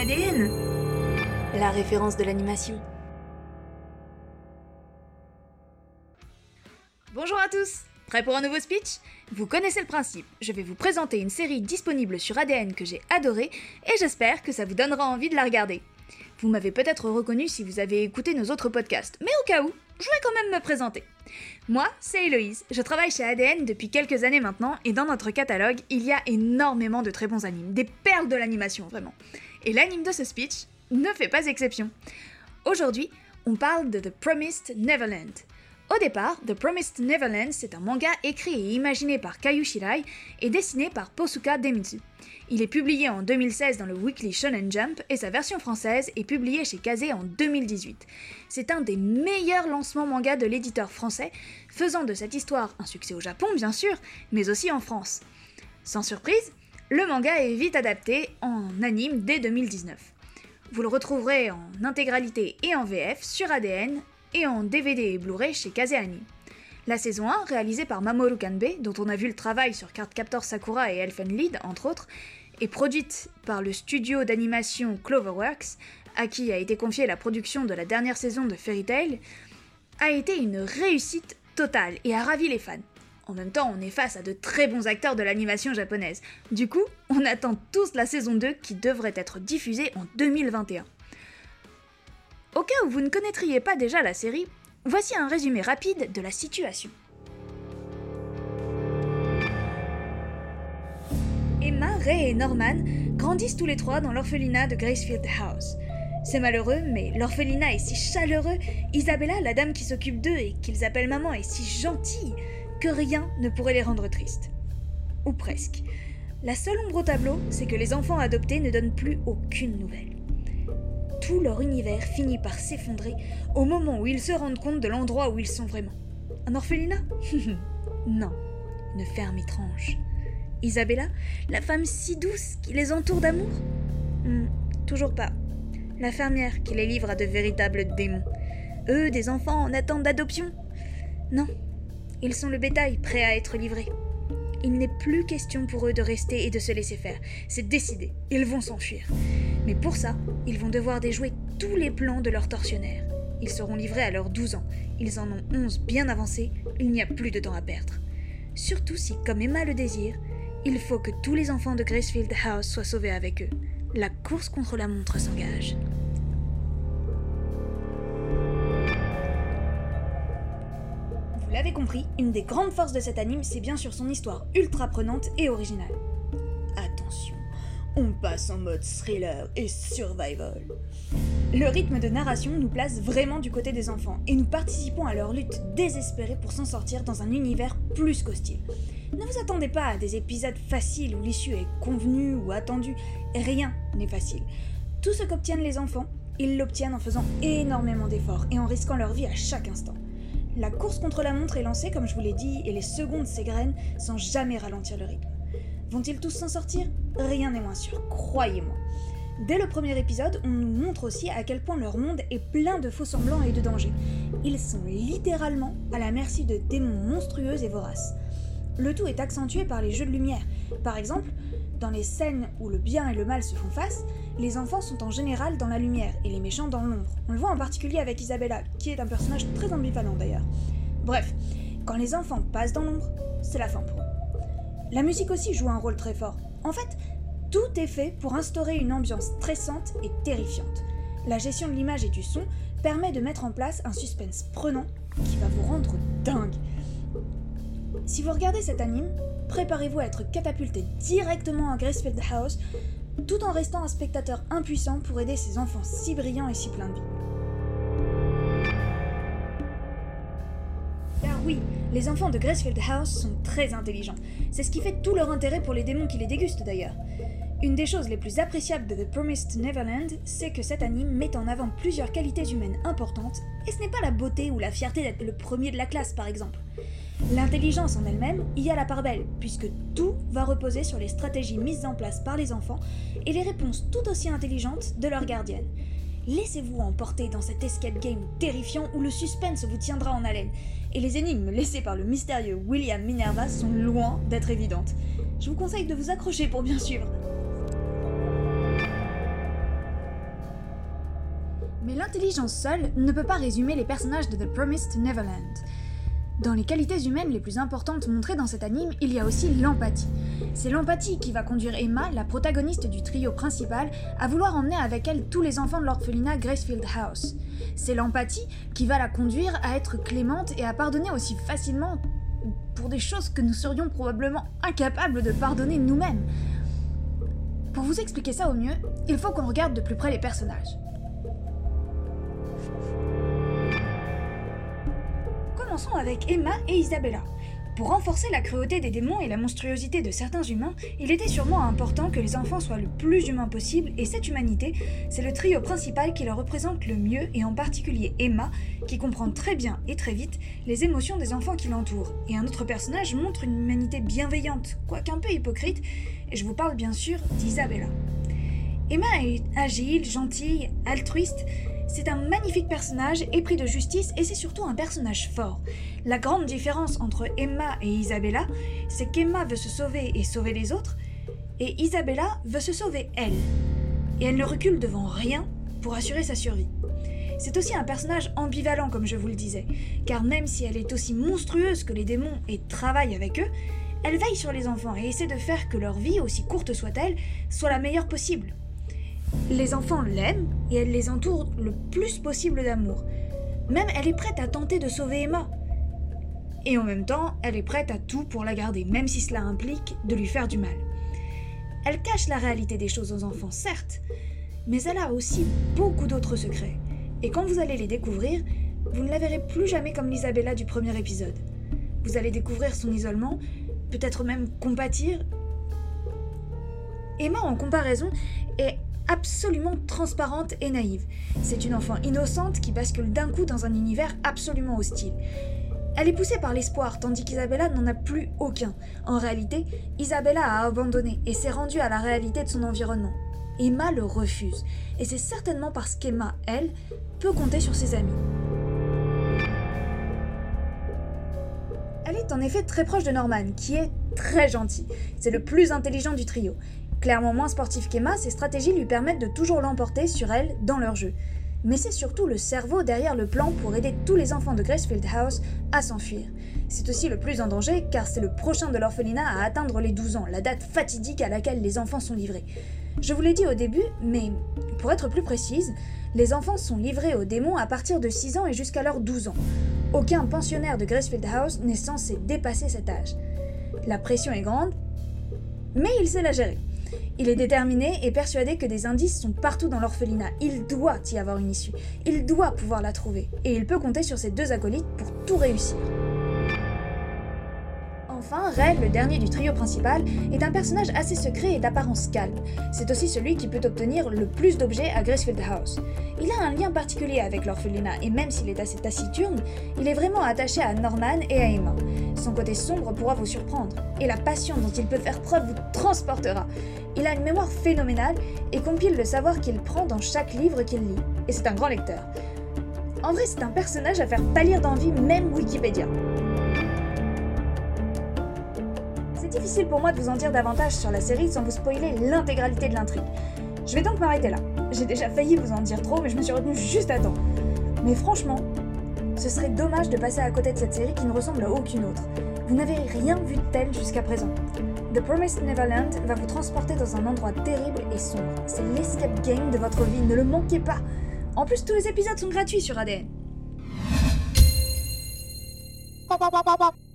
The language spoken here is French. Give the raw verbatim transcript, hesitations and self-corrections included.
A D N, la référence de l'animation. Bonjour à tous! Prêts pour un nouveau speech? Vous connaissez le principe, je vais vous présenter une série disponible sur A D N que j'ai adorée et j'espère que ça vous donnera envie de la regarder. Vous m'avez peut-être reconnu si vous avez écouté nos autres podcasts, mais au cas où, je vais quand même me présenter. Moi, c'est Héloïse, je travaille chez A D N depuis quelques années maintenant et dans notre catalogue, il y a énormément de très bons animes, des perles de l'animation vraiment. Et l'anime de ce speech ne fait pas exception. Aujourd'hui, on parle de The Promised Neverland. Au départ, The Promised Neverland, c'est un manga écrit et imaginé par Kayu Shirai et dessiné par Posuka Demitsu. Il est publié en deux mille seize dans le Weekly Shonen Jump et sa version française est publiée chez Kazé en deux mille dix-huit. C'est un des meilleurs lancements manga de l'éditeur français, faisant de cette histoire un succès au Japon bien sûr, mais aussi en France. Sans surprise, le manga est vite adapté en anime dès deux mille dix-neuf. Vous le retrouverez en intégralité et en V F sur A D N, et en D V D et Blu-ray chez Kazé Anime. La saison un, réalisée par Mamoru Kanbe, dont on a vu le travail sur Cardcaptor Sakura et Elfen Lied, entre autres, et produite par le studio d'animation Cloverworks, à qui a été confiée la production de la dernière saison de Fairy Tail, a été une réussite totale et a ravi les fans. En même temps, on est face à de très bons acteurs de l'animation japonaise. Du coup, on attend tous la saison deux qui devrait être diffusée en deux mille vingt et un. Au cas où vous ne connaîtriez pas déjà la série, voici un résumé rapide de la situation. Emma, Ray et Norman grandissent tous les trois dans l'orphelinat de Gracefield House. C'est malheureux, mais l'orphelinat est si chaleureux, Isabella, la dame qui s'occupe d'eux et qu'ils appellent maman, est si gentille, que rien ne pourrait les rendre tristes. Ou presque. La seule ombre au tableau, c'est que les enfants adoptés ne donnent plus aucune nouvelle. Tout leur univers finit par s'effondrer au moment où ils se rendent compte de l'endroit où ils sont vraiment. Un orphelinat? Non, une ferme étrange. Isabella, la femme si douce qui les entoure d'amour? hmm, Toujours pas. La fermière qui les livre à de véritables démons. Eux, des enfants en attente d'adoption? Non, ils sont le bétail prêt à être livré. Il n'est plus question pour eux de rester et de se laisser faire. C'est décidé, ils vont s'enfuir. Mais pour ça, ils vont devoir déjouer tous les plans de leurs tortionnaires. Ils seront livrés à leurs douze ans. Ils en ont onze bien avancés, il n'y a plus de temps à perdre. Surtout si, comme Emma le désire, il faut que tous les enfants de Gracefield House soient sauvés avec eux. La course contre la montre s'engage. Vous l'avez compris, une des grandes forces de cet anime, c'est bien sûr son histoire ultra prenante et originale. Attention, on passe en mode thriller et survival. Le rythme de narration nous place vraiment du côté des enfants et nous participons à leur lutte désespérée pour s'en sortir dans un univers plus qu'hostile. Ne vous attendez pas à des épisodes faciles où l'issue est convenue ou attendue, rien n'est facile. Tout ce qu'obtiennent les enfants, ils l'obtiennent en faisant énormément d'efforts et en risquant leur vie à chaque instant. La course contre la montre est lancée, comme je vous l'ai dit, et les secondes s'égrènent sans jamais ralentir le rythme. Vont-ils tous s'en sortir? Rien n'est moins sûr, croyez-moi. Dès le premier épisode, on nous montre aussi à quel point leur monde est plein de faux semblants et de dangers. Ils sont littéralement à la merci de démons monstrueux et voraces. Le tout est accentué par les jeux de lumière. Par exemple, dans les scènes où le bien et le mal se font face, les enfants sont en général dans la lumière et les méchants dans l'ombre. On le voit en particulier avec Isabella, qui est un personnage très ambivalent d'ailleurs. Bref, quand les enfants passent dans l'ombre, c'est la fin pour eux. La musique aussi joue un rôle très fort. En fait, tout est fait pour instaurer une ambiance stressante et terrifiante. La gestion de l'image et du son permet de mettre en place un suspense prenant qui va vous rendre dingue. Si vous regardez cet anime, préparez-vous à être catapulté directement à Gracefield House, tout en restant un spectateur impuissant pour aider ces enfants si brillants et si pleins de vie. Car oui, les enfants de Gracefield House sont très intelligents. C'est ce qui fait tout leur intérêt pour les démons qui les dégustent d'ailleurs. Une des choses les plus appréciables de The Promised Neverland, c'est que cet anime met en avant plusieurs qualités humaines importantes, et ce n'est pas la beauté ou la fierté d'être le premier de la classe par exemple. L'intelligence en elle-même y a la part belle, puisque tout va reposer sur les stratégies mises en place par les enfants et les réponses tout aussi intelligentes de leurs gardiennes. Laissez-vous emporter dans cet escape game terrifiant où le suspense vous tiendra en haleine, et les énigmes laissées par le mystérieux William Minerva sont loin d'être évidentes. Je vous conseille de vous accrocher pour bien suivre. Mais l'intelligence seule ne peut pas résumer les personnages de The Promised Neverland. Dans les qualités humaines les plus importantes montrées dans cet anime, il y a aussi l'empathie. C'est l'empathie qui va conduire Emma, la protagoniste du trio principal, à vouloir emmener avec elle tous les enfants de l'orphelinat Gracefield House. C'est l'empathie qui va la conduire à être clémente et à pardonner aussi facilement pour des choses que nous serions probablement incapables de pardonner nous-mêmes. Pour vous expliquer ça au mieux, il faut qu'on regarde de plus près les personnages. Commençons avec Emma et Isabella. Pour renforcer la cruauté des démons et la monstruosité de certains humains, il était sûrement important que les enfants soient le plus humains possible, et cette humanité, c'est le trio principal qui leur représente le mieux, et en particulier Emma, qui comprend très bien et très vite les émotions des enfants qui l'entourent. Et un autre personnage montre une humanité bienveillante, quoique un peu hypocrite, et je vous parle bien sûr d'Isabella. Emma est agile, gentille, altruiste. C'est un magnifique personnage épris de justice et c'est surtout un personnage fort. La grande différence entre Emma et Isabella, c'est qu'Emma veut se sauver et sauver les autres, et Isabella veut se sauver elle. Et elle ne recule devant rien pour assurer sa survie. C'est aussi un personnage ambivalent comme je vous le disais, car même si elle est aussi monstrueuse que les démons et travaille avec eux, elle veille sur les enfants et essaie de faire que leur vie, aussi courte soit-elle, soit la meilleure possible. Les enfants l'aiment et elle les entoure le plus possible d'amour. Même elle est prête à tenter de sauver Emma. Et en même temps, elle est prête à tout pour la garder, même si cela implique de lui faire du mal. Elle cache la réalité des choses aux enfants, certes, mais elle a aussi beaucoup d'autres secrets. Et quand vous allez les découvrir, vous ne la verrez plus jamais comme l'Isabella du premier épisode. Vous allez découvrir son isolement, peut-être même compatir. Emma, en comparaison, est absolument transparente et naïve. C'est une enfant innocente qui bascule d'un coup dans un univers absolument hostile. Elle est poussée par l'espoir, tandis qu'Isabella n'en a plus aucun. En réalité, Isabella a abandonné et s'est rendue à la réalité de son environnement. Emma le refuse, et c'est certainement parce qu'Emma, elle, peut compter sur ses amis. Elle est en effet très proche de Norman, qui est très gentil. C'est le plus intelligent du trio. Clairement moins sportif qu'Emma, ses stratégies lui permettent de toujours l'emporter sur elle dans leur jeu. Mais c'est surtout le cerveau derrière le plan pour aider tous les enfants de Gracefield House à s'enfuir. C'est aussi le plus en danger car c'est le prochain de l'orphelinat à atteindre les douze ans, la date fatidique à laquelle les enfants sont livrés. Je vous l'ai dit au début, mais pour être plus précise, les enfants sont livrés aux démons à partir de six ans et jusqu'à leurs douze ans. Aucun pensionnaire de Gracefield House n'est censé dépasser cet âge. La pression est grande, mais il sait la gérer. Il est déterminé et persuadé que des indices sont partout dans l'orphelinat. Il doit y avoir une issue. Il doit pouvoir la trouver. Et il peut compter sur ses deux acolytes pour tout réussir. Enfin, Red, le dernier du trio principal, est un personnage assez secret et d'apparence calme. C'est aussi celui qui peut obtenir le plus d'objets à Gracefield House. Il a un lien particulier avec l'orphelinat et même s'il est assez taciturne, il est vraiment attaché à Norman et à Emma. Son côté sombre pourra vous surprendre, et la passion dont il peut faire preuve vous transportera. Il a une mémoire phénoménale et compile le savoir qu'il prend dans chaque livre qu'il lit, et c'est un grand lecteur. En vrai, c'est un personnage à faire pâlir d'envie, même Wikipédia. C'est difficile pour moi de vous en dire davantage sur la série sans vous spoiler l'intégralité de l'intrigue. Je vais donc m'arrêter là. J'ai déjà failli vous en dire trop, mais je me suis retenue juste à temps. Mais franchement, ce serait dommage de passer à côté de cette série qui ne ressemble à aucune autre. Vous n'avez rien vu de tel jusqu'à présent. The Promised Neverland va vous transporter dans un endroit terrible et sombre. C'est l'escape game de votre vie, ne le manquez pas. En plus, tous les épisodes sont gratuits sur A D N.